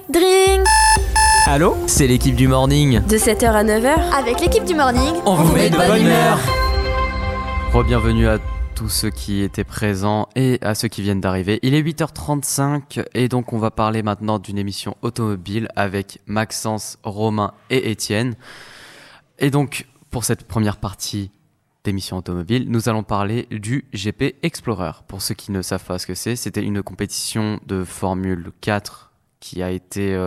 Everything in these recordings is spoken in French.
Dring. Allô ? C'est l'équipe du morning. De 7h à 9h, avec l'équipe du morning, on vous met de bonne humeur. Re-bienvenue à tous ceux qui étaient présents et à ceux qui viennent d'arriver. Il est 8h35 et donc on va parler maintenant d'une émission automobile avec Maxence, Romain et Étienne. Et donc pour cette première partie d'émission automobile, nous allons parler du GP Explorer. Pour ceux qui ne savent pas ce que c'est, c'était une compétition de Formule 4 qui a été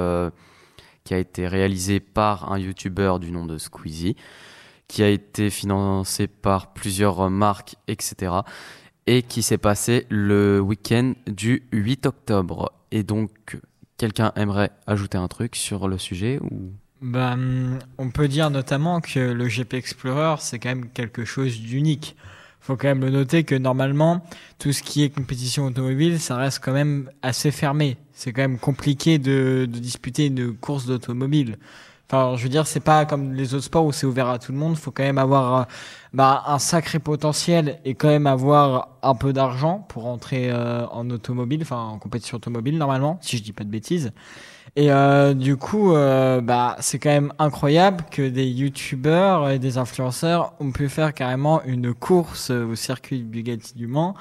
réalisée par un YouTuber du nom de Squeezie, qui a été financé par plusieurs marques, etc. et qui s'est passé le week-end du 8 octobre. Et donc, quelqu'un aimerait ajouter un truc sur le sujet ou... On peut dire notamment que le GP Explorer, c'est quand même quelque chose d'unique. Faut quand même le noter que normalement, tout ce qui est compétition automobile, ça reste quand même assez fermé. C'est quand même compliqué de disputer une course d'automobile. Enfin, je veux dire, c'est pas comme les autres sports où c'est ouvert à tout le monde. Faut quand même avoir un sacré potentiel et quand même avoir un peu d'argent pour entrer en automobile, enfin en compétition automobile normalement, si je dis pas de bêtises. Et du coup, c'est quand même incroyable que des youtubeurs et des influenceurs ont pu faire carrément une course au circuit Bugatti du Mans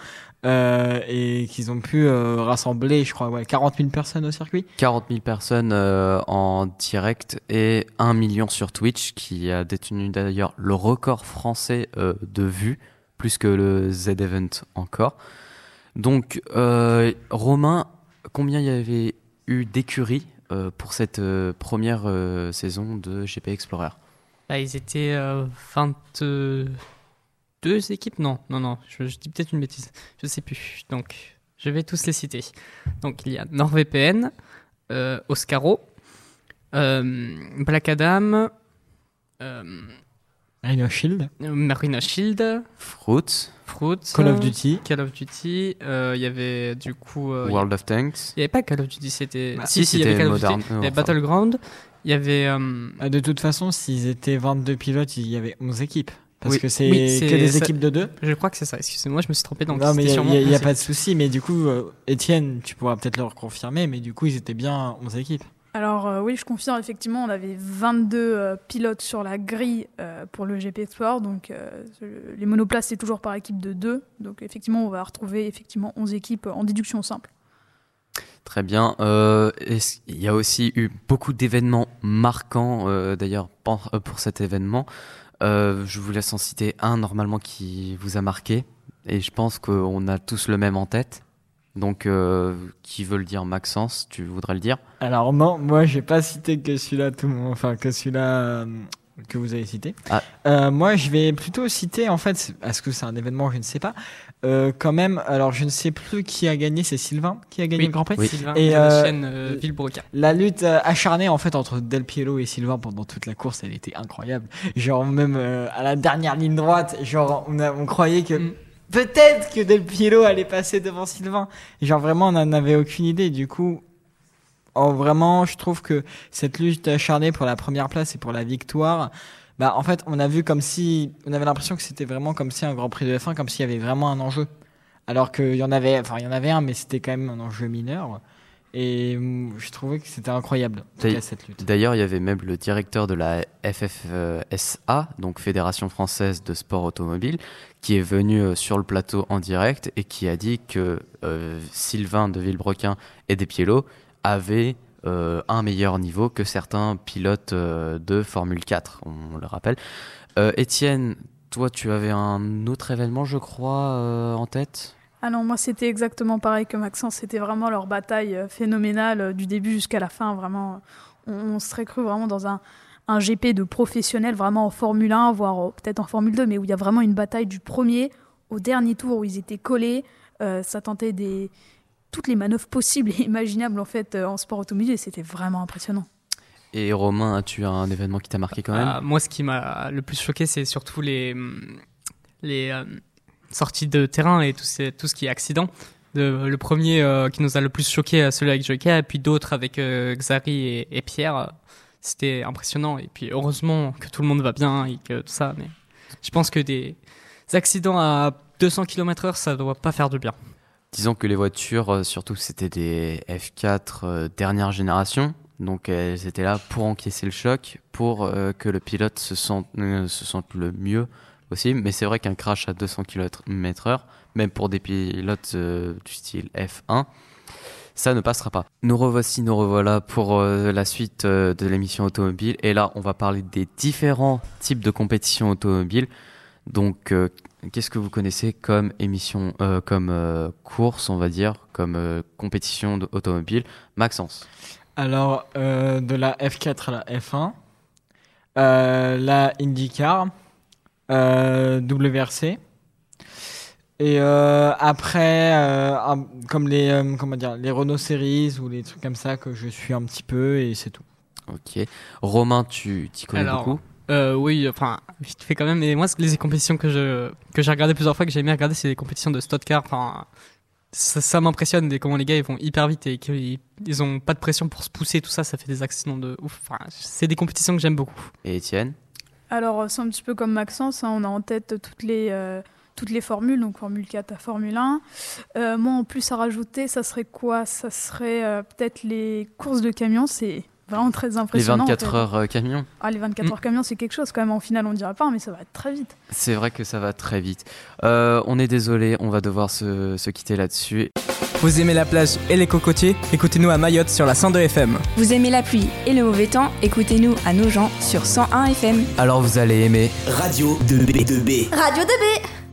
et qu'ils ont pu rassembler, je crois, 40 000 personnes au circuit. 40 000 personnes en direct et 1 million sur Twitch, qui a détenu d'ailleurs le record français de vues, plus que le Z-Event encore. Donc, Romain, combien il y avait eu d'écuries pour cette première saison de GP Explorer? Ils étaient 22 équipes. Non, je dis peut-être une bêtise, je sais plus. Donc, je vais tous les citer. Donc, il y a NordVPN, Oscaro, Black Adam, Rhino Shield, Marina Shield, Fruits, Call of Duty. Il y avait du coup World of Tanks. Il n'y avait pas Call of Duty, c'était... il y avait avait Call of Modern. Duty. Il y avait Battleground. Il y avait... De toute façon, s'ils étaient 22 pilotes, il y avait 11 équipes. Parce oui, que c'est que des équipes de 2. Je crois que c'est ça. Excusez-moi, je me suis trompé. Donc non, mais il n'y a pas de souci. souci. Mais du coup, Étienne, tu pourras peut-être le confirmer. Mais du coup, ils étaient bien 11 équipes. Alors oui, je confirme, effectivement, on avait 22 pilotes sur la grille pour le GP Explorer. Donc les monoplaces, c'est toujours par équipe de 2. Donc effectivement, on va retrouver 11 équipes en déduction simple. Très bien. Il y a aussi eu beaucoup d'événements marquants, d'ailleurs, pour cet événement. Je vous laisse en citer un, normalement, qui vous a marqué. Et je pense qu'on a tous le même en tête. Donc, qui veut le dire? Maxence, tu voudrais le dire? Alors non, moi j'ai pas cité que celui-là, que celui-là que vous avez cité. Moi je vais plutôt citer, en fait, est-ce que c'est un événement, je ne sais pas. Quand même, alors je ne sais plus qui a gagné, c'est Sylvain qui a gagné le Grand Prix. Oui. Sylvain et la chaîne Villebrequin. La lutte acharnée en fait entre Del Piero et Sylvain pendant toute la course, elle était incroyable. Genre même à la dernière ligne droite, genre on croyait que peut-être que Del Piero allait passer devant Sylvain. Genre vraiment, on n'en avait aucune idée. Du coup, vraiment, je trouve que cette lutte acharnée pour la première place et pour la victoire, en fait, on a vu comme si, on avait l'impression que c'était vraiment comme si un Grand Prix de F1, comme s'il y avait vraiment un enjeu. Alors qu'il y en avait un, mais c'était quand même un enjeu mineur. Et je trouvais que c'était incroyable, en tout cas, cette lutte. D'ailleurs, il y avait même le directeur de la FFSA, donc Fédération Française de Sport Automobile, qui est venu sur le plateau en direct et qui a dit que Sylvain de Villebrequin et Despiello avaient un meilleur niveau que certains pilotes de Formule 4, on le rappelle. Étienne, toi, tu avais un autre événement, je crois, en tête ? Ah non, moi c'était exactement pareil que Maxence, c'était vraiment leur bataille phénoménale du début jusqu'à la fin, vraiment. On serait cru vraiment dans un GP de professionnels, vraiment en Formule 1, voire peut-être en Formule 2, mais où il y a vraiment une bataille du premier au dernier tour, où ils étaient collés, ça tentait toutes les manœuvres possibles et imaginables en fait en sport automobile, et c'était vraiment impressionnant. Et Romain, as-tu un événement qui t'a marqué quand même ? Moi, ce qui m'a le plus choqué, c'est surtout les sortie de terrain et tout ce qui est accident. Le premier qui nous a le plus choqué, celui avec Joker, et puis d'autres avec Xari et Pierre. C'était impressionnant. Et puis heureusement que tout le monde va bien et que tout ça. Mais je pense que des accidents à 200 km/h, ça doit pas faire du bien. Disons que les voitures, surtout c'était des F4 dernière génération, Donc elles étaient là pour encaisser le choc, pour que le pilote se sente le mieux possible. Mais c'est vrai qu'un crash à 200 km/h, même pour des pilotes du style F1, ça ne passera pas. Nous revoilà pour la suite de l'émission automobile. Et là, on va parler des différents types de compétitions automobiles. Donc, qu'est-ce que vous connaissez comme émission, comme course, on va dire, comme compétition automobile? Maxence. Alors, de la F4 à la F1, la IndyCar, WRC. Et après, comme les Renault Series ou les trucs comme ça que je suis un petit peu et c'est tout. Ok. Romain, tu t'y connais beaucoup? Oui, enfin, vite fait quand même. Et moi, les compétitions que j'ai regardées plusieurs fois, que j'ai aimé regarder, c'est les compétitions de stock car. Enfin, ça m'impressionne comment les gars ils vont hyper vite et qu'ils ont pas de pression pour se pousser, tout ça, ça fait des accidents de ouf. Enfin, c'est des compétitions que j'aime beaucoup. Et Étienne? Alors, c'est un petit peu comme Maxence, hein, on a en tête toutes les formules, donc Formule 4 à Formule 1. Moi, en plus à rajouter, ça serait quoi? Ça serait peut-être les courses de camions, c'est vraiment très impressionnant. Les 24 heures camions. Ah, les 24 heures camions, c'est quelque chose quand même. En finale, on dirait pas, mais ça va être très vite. C'est vrai que ça va très vite. On est désolé, on va devoir se quitter là-dessus. Vous aimez la plage et les cocotiers? Écoutez-nous à Mayotte sur la 102 FM. Vous aimez la pluie et le mauvais temps? Écoutez-nous à Nogent sur 101 FM. Alors vous allez aimer Radio 2B. Radio 2B.